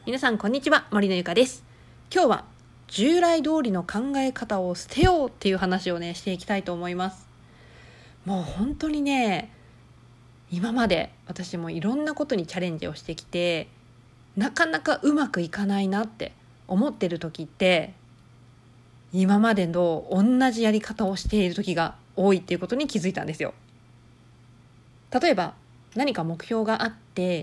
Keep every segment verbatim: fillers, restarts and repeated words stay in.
皆さんこんにちは、森のゆかです。今日は従来通りの考え方を捨てようっていう話をねしていきたいと思います。もう本当にね、今まで私もいろんなことにチャレンジをしてきて、なかなかうまくいかないなって思ってる時って、今までの同じやり方をしている時が多いっていうことに気づいたんですよ。例えば何か目標があって、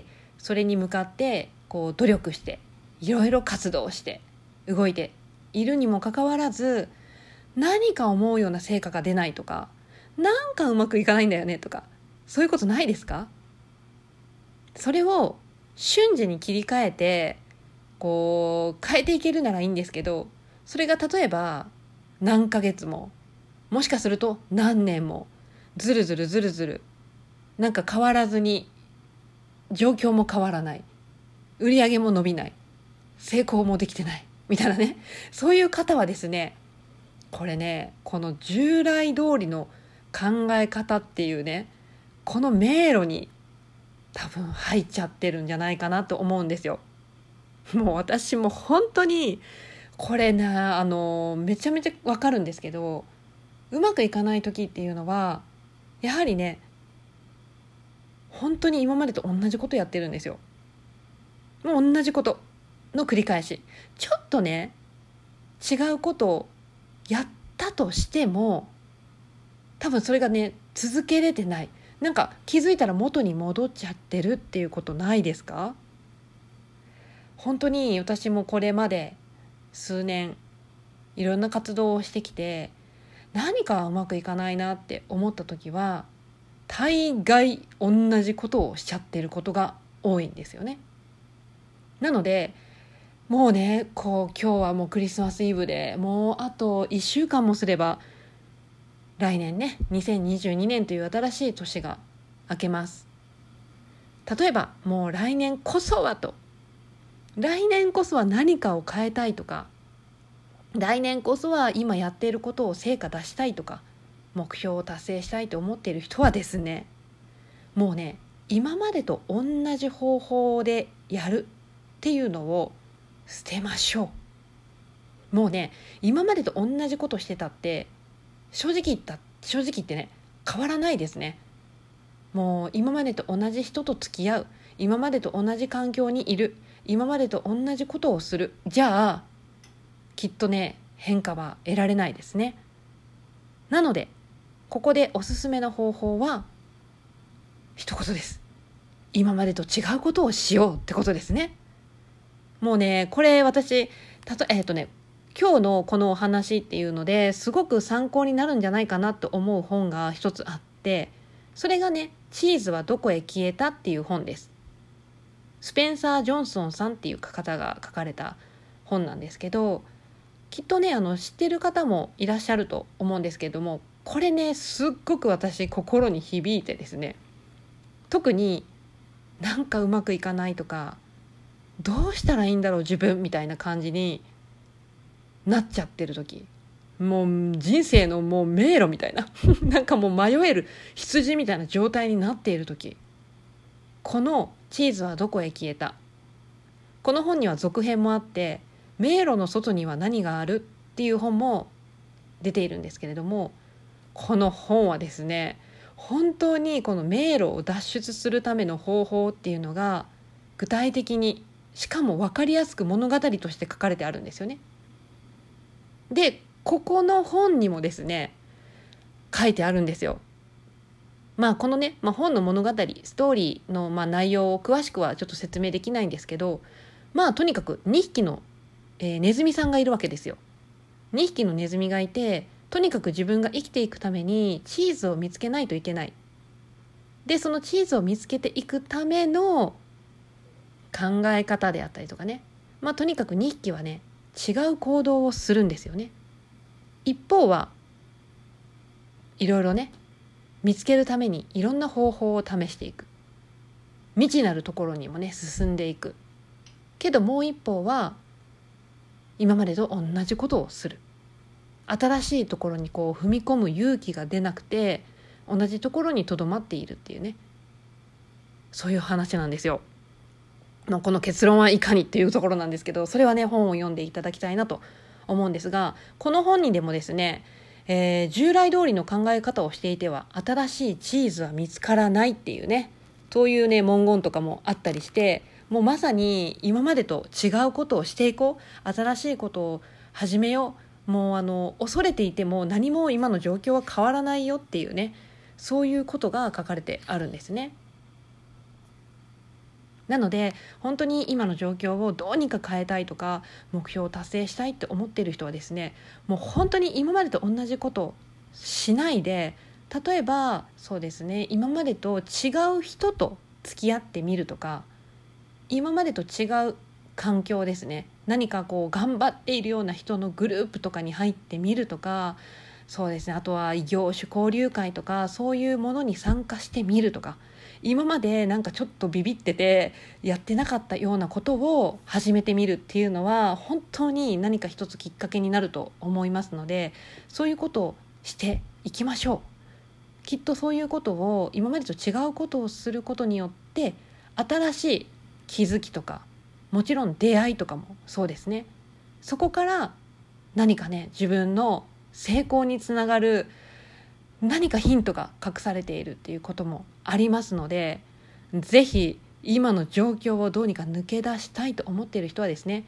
それに向かってこう努力していろいろ活動して動いているにもかかわらず、何か思うような成果が出ないとか、なんかうまくいかないんだよねとか、そういうことないですか？それを瞬時に切り替えてこう変えていけるならいいんですけど、それが例えば何ヶ月も、もしかすると何年もずるずるずるずるなんか変わらずに、状況も変わらない、売り上げも伸びない、成功もできてないみたいなね、そういう方はですね、これね、この従来通りの考え方っていうね、この迷路に多分入っちゃってるんじゃないかなと思うんですよ。もう私も本当にこれな、あのめちゃめちゃわかるんですけど、うまくいかない時っていうのはやはりね、本当に今までと同じことやってるんですよ。もう同じことの繰り返し。ちょっとね、違うことをやったとしても、多分それがね、続けれてない。なんか気づいたら元に戻っちゃってるっていうことないですか？本当に私もこれまで数年いろんな活動をしてきて、何かうまくいかないなって思った時は、大概同じことをしちゃってることが多いんですよね。なのでもうね、こう今日はもうクリスマスイブで、もうあといっしゅうかんもすれば来年ね、にせんにじゅうにねんという新しい年が明けます。例えばもう来年こそはと、来年こそは何かを変えたいとか、来年こそは今やっていることを成果出したいとか、目標を達成したいと思っている人はですね、もうね、今までと同じ方法でやるっていうのを捨てましょう。もうね、今までと同じことしてたって正直言った正直言ってね、変わらないですね。もう今までと同じ人と付き合う、今までと同じ環境にいる、今までと同じことをする、じゃあきっとね、変化は得られないですね。なのでここでおすすめの方法は一言です。今までと違うことをしようってことですね。もうね、これ私たとえっとね今日のこのお話っていうのですごく参考になるんじゃないかなと思う本が一つあって、それがね、チーズはどこへ消えたっていう本です。スペンサー・ジョンソンさんっていう方が書かれた本なんですけど、きっとね、あの知ってる方もいらっしゃると思うんですけども、これね、すっごく私心に響いてですね、特になんかうまくいかないとか、どうしたらいいんだろう自分みたいな感じになっちゃってる時、もう人生のもう迷路みたいななんかもう迷える羊みたいな状態になっている時、このチーズはどこへ消えた、この本には続編もあって、迷路の外には何があるっていう本も出ているんですけれども、この本はですね、本当にこの迷路を脱出するための方法っていうのが具体的に、しかも分かりやすく物語として書かれてあるんですよね。で、ここの本にもですね、書いてあるんですよ。まあこのね、まあ、本の物語、ストーリーのまあ内容を詳しくはちょっと説明できないんですけど、まあとにかくにひきの、えーネズミさんがいるわけですよ。にひきのネズミがいて、とにかく自分が生きていくためにチーズを見つけないといけない。で、そのチーズを見つけていくための考え方であったりとかね、まあとにかくにひきはね、違う行動をするんですよね。一方はいろいろね、見つけるためにいろんな方法を試していく、未知なるところにもね進んでいくけど、もう一方は今までと同じことをする、新しいところにこう踏み込む勇気が出なくて、同じところにとどまっているっていうね、そういう話なんですよ。 のこの結論はいかにっていうところなんですけど、それはね本を読んでいただきたいなと思うんですが、この本にでもですね、えー、従来通りの考え方をしていては新しいチーズは見つからないっていうね、そういうね文言とかもあったりして、もうまさに今までと違うことをしていこう、新しいことを始めよう、もうあの恐れていても何も今の状況は変わらないよっていうね、そういうことが書かれてあるんですね。なので本当に今の状況をどうにか変えたいとか、目標を達成したいって思っている人はですね、もう本当に今までと同じことをしないで、例えばそうですね、今までと違う人と付き合ってみるとか、今までと違う環境ですね、何かこう頑張っているような人のグループとかに入ってみるとか、そうですね、あとは異業種交流会とかそういうものに参加してみるとか、今までなんかちょっとビビっててやってなかったようなことを始めてみるっていうのは本当に何か一つきっかけになると思いますので、そういうことをしていきましょう。きっとそういうことを今までと違うことをすることによって新しい気づきとか、もちろん出会いとかもそうですね、そこから何かね自分の成功につながる何かヒントが隠されているっていうこともありますので、ぜひ今の状況をどうにか抜け出したいと思っている人はですね、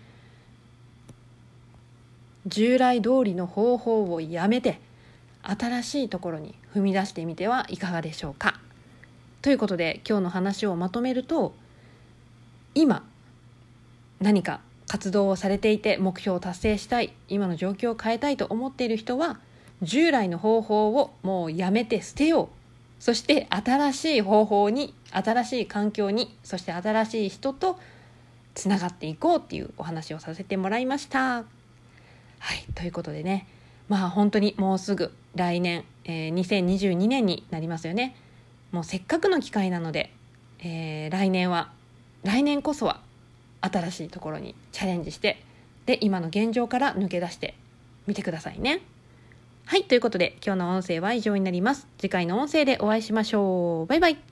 従来通りの方法をやめて新しいところに踏み出してみてはいかがでしょうか。ということで今日の話をまとめると、今何か活動をされていて目標を達成したい、今の状況を変えたいと思っている人は従来の方法をもうやめて捨てよう。そして新しい方法に、新しい環境に、そして新しい人とつながっていこうっていうお話をさせてもらいました。はい、ということでね、まあ本当にもうすぐ来年、えー、にせんにじゅうにねんになりますよね。もうせっかくの機会なので、えー、来年は来年こそは新しいところにチャレンジして、で今の現状から抜け出してみてくださいね。はい、ということで今日の音声は以上になります。次回の音声でお会いしましょう。バイバイ。